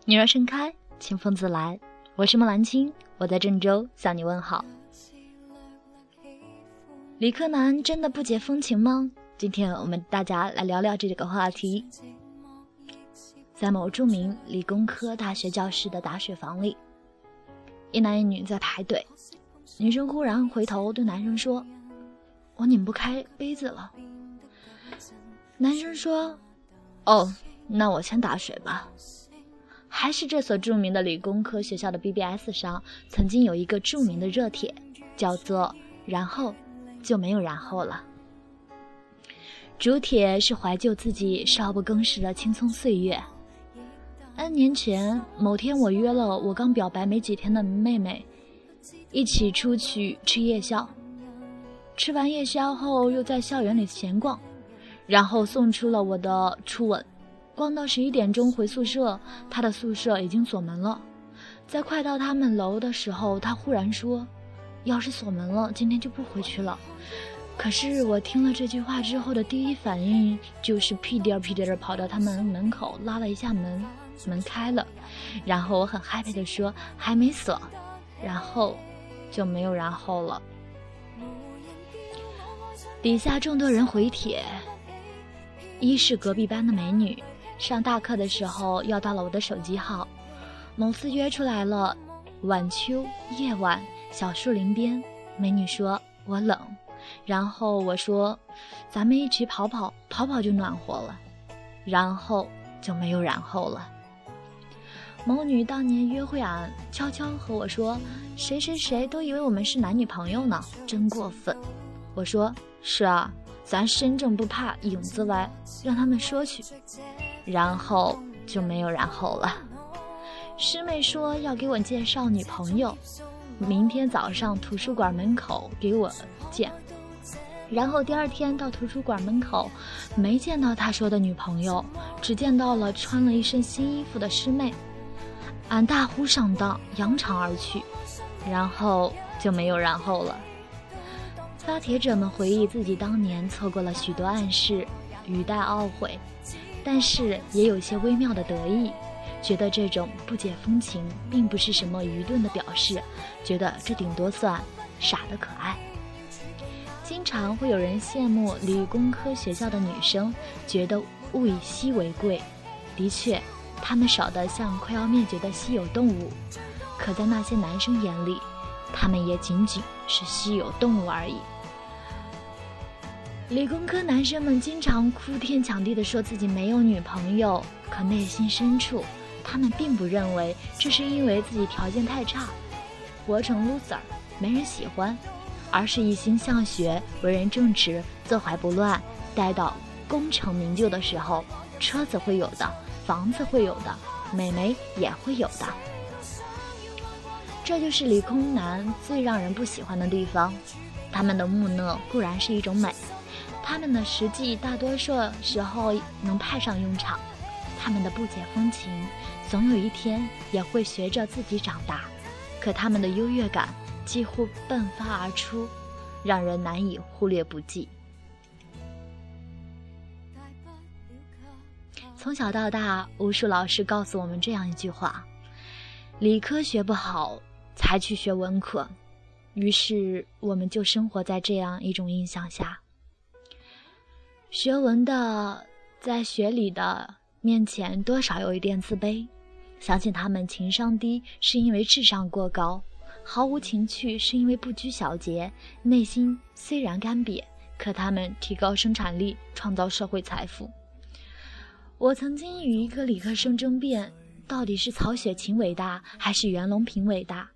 女儿盛开，清风自来。我是莫兰青，我在郑州向你问好。理科男真的不解风情吗？今天我们大家来聊聊这个话题。在某著名理工科大学教室的打水房里，一男一女在排队，女生忽然回头对男生说：“我拧不开杯子了。”男生说：“哦，那我先打水吧。”还是这所著名的理工科学校的 BBS 上曾经有一个著名的热帖，叫做然后就没有然后了。主帖是怀旧自己少不更事的青葱岁月。N 年前某天，我约了我刚表白没几天的妹妹一起出去吃夜宵，吃完夜宵后又在校园里闲逛，然后送出了我的初吻。逛到11点钟回宿舍，他的宿舍已经锁门了。在快到他们楼的时候，他忽然说：“要是锁门了，今天就不回去了。”可是我听了这句话之后的第一反应就是屁颠儿屁颠儿跑到他们门口拉了一下门，门开了。然后我很happy地说：“还没锁。”然后就没有然后了。底下众多人回帖，一是隔壁班的美女。上大课的时候要到了我的手机号，某次约出来了，晚秋夜晚小树林边，美女说我冷，然后我说咱们一起跑跑就暖和了，然后就没有然后了。某女当年约会啊，悄悄和我说谁谁谁都以为我们是男女朋友呢，真过分。我说是啊，咱身正不怕影子歪，让他们说去。然后就没有然后了。师妹说要给我介绍女朋友，明天早上图书馆门口给我见。然后第二天到图书馆门口，没见到他说的女朋友，只见到了穿了一身新衣服的师妹。俺大呼上当，扬长而去，然后就没有然后了。发帖者们回忆自己当年错过了许多暗示，语带懊悔，但是也有些微妙的得意，觉得这种不解风情并不是什么愚钝的表示，觉得这顶多算傻的可爱。经常会有人羡慕理工科学校的女生，觉得物以稀为贵。的确，她们少得像快要灭绝的稀有动物，可在那些男生眼里，她们也仅仅是稀有动物而已。理工科男生们经常哭天抢地地说自己没有女朋友，可内心深处他们并不认为这是因为自己条件太差，活成 loser 没人喜欢，而是一心向学，为人正直，坐怀不乱，待到功成名就的时候，车子会有的，房子会有的，美眉也会有的。这就是理工男最让人不喜欢的地方。他们的木讷固然是一种美，他们的实际大多数时候能派上用场，他们的不解风情总有一天也会随着自己长大，可他们的优越感几乎迸发而出，让人难以忽略不计。从小到大，无数老师告诉我们这样一句话：理科学不好才去学文科。于是我们就生活在这样一种印象下，学文的在学理的面前多少有一点自卑，相信他们情商低是因为智商过高，毫无情趣是因为不拘小节，内心虽然干瘪，可他们提高生产力，创造社会财富。我曾经与一个理科生争辩，到底是曹雪芹伟大还是袁隆平伟大？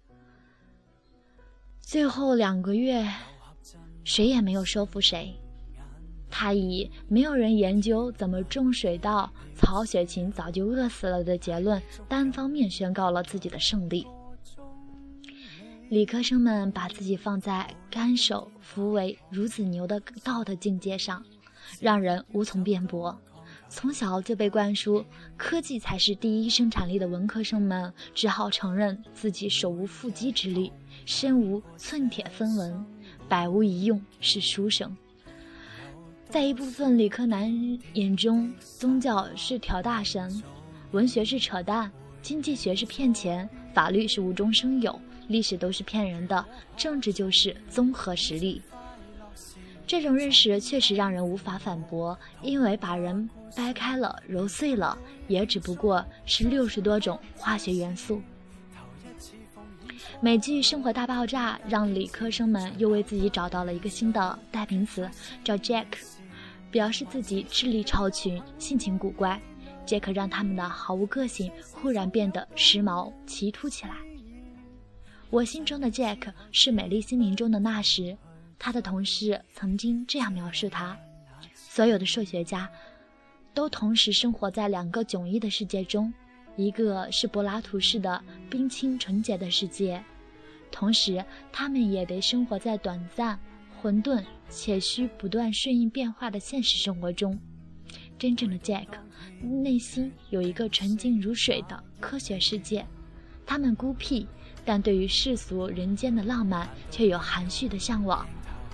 最后2个月，谁也没有说服谁。他以没有人研究怎么种水稻，曹雪芹早就饿死了的结论，单方面宣告了自己的胜利。理科生们把自己放在甘守扶为孺子牛的道德境界上，让人无从辩驳。从小就被灌输科技才是第一生产力的文科生们，只好承认自己手无缚鸡之力，身无寸铁分文，百无一用是书生。在一部分理科男眼中，宗教是挑大神，文学是扯淡， 经济学是骗钱，法律是无中生有，历史都是骗人的，政治就是综合实力。这种认识确实让人无法反驳，因为把人掰开了揉碎了，也只不过是60多种化学元素。美剧《生活大爆炸》让理科生们又为自己找到了一个新的代名词，叫 Jack， 表示自己智力超群，性情古怪。Jack 让他们的毫无个性忽然变得时髦奇突起来。我心中的 Jack 是美丽心灵中的纳什，他的同事曾经这样描述他：所有的数学家都同时生活在2个迥异的世界中，一个是柏拉图式的冰清纯洁的世界，同时他们也得生活在短暂、混沌且需不断顺应变化的现实生活中。真正的 Jack 内心有一个纯净如水的科学世界，他们孤僻，但对于世俗人间的浪漫却有含蓄的向往。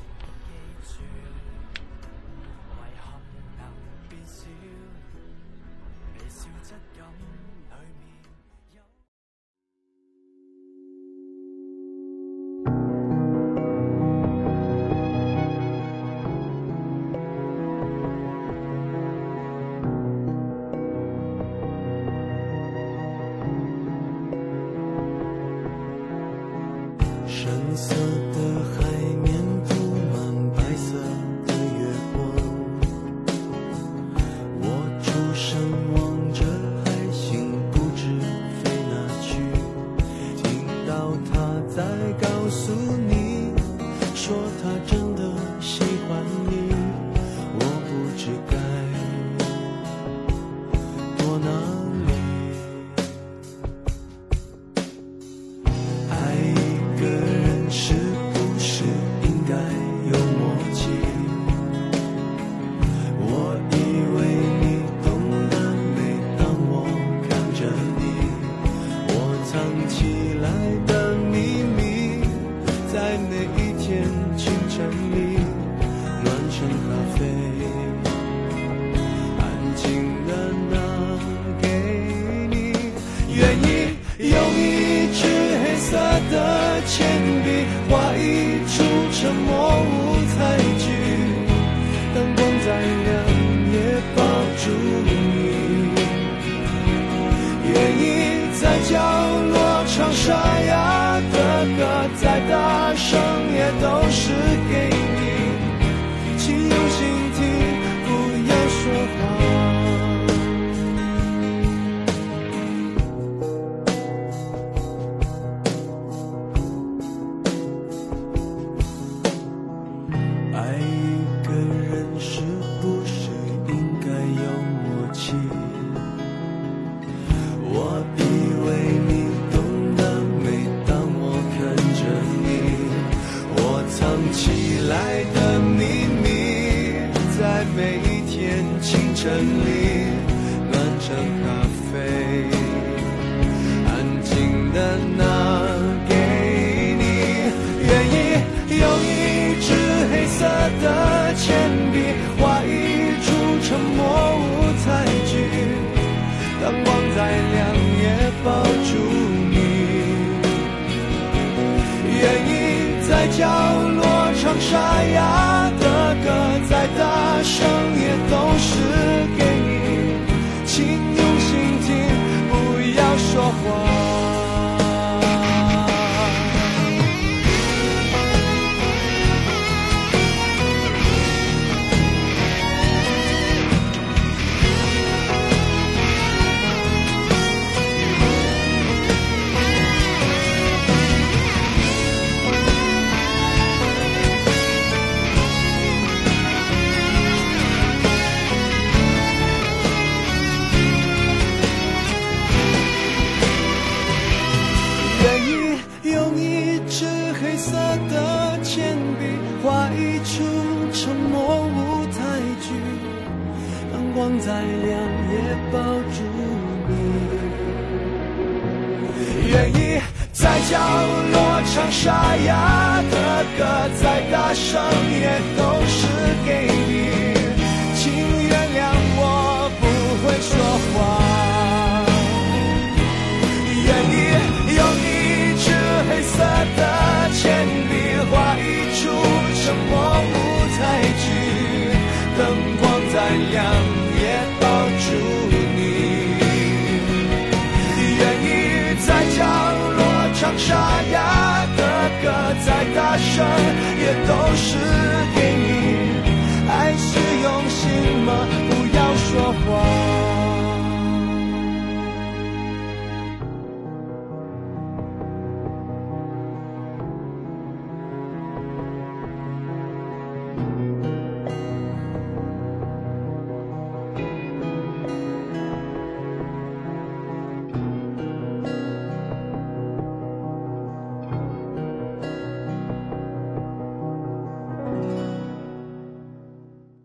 深色的海面铺满白色的月光，我出神望着海星不知飞哪去，听到他在告诉你，说他真的喜欢你，我不知该躲哪里。爱一个人是不是应该有默契？我以为你懂得，每当我看着你，我藏起来的秘密，在每一天清晨里暖成咖啡，安静的拿给你，愿意用一支黑色的铅笔画一出沉默舞台剧，灯光再亮也抱住你，愿意在角落唱沙哑的歌，再大声也都是给你，请用心听，不要说话。爱一个人是不是应该有默契？我以为你懂得，每当我看着你，我藏起来的秘密，在每一天清晨里暖成咖啡，安静的拿给你，愿意用一支黑色的铅笔画一出沉默舞台剧，当光再亮也抱住你，愿意在角落唱沙哑的歌，再大声也都是给你，请用心听，不要说话。画一出沉默舞台剧，灯光再亮也抱住你，愿意在角落唱沙哑的歌，再大声也都是给你，请原谅我不会说话， 样也抱住你。愿意在角落唱沙哑的歌，再大声也都是给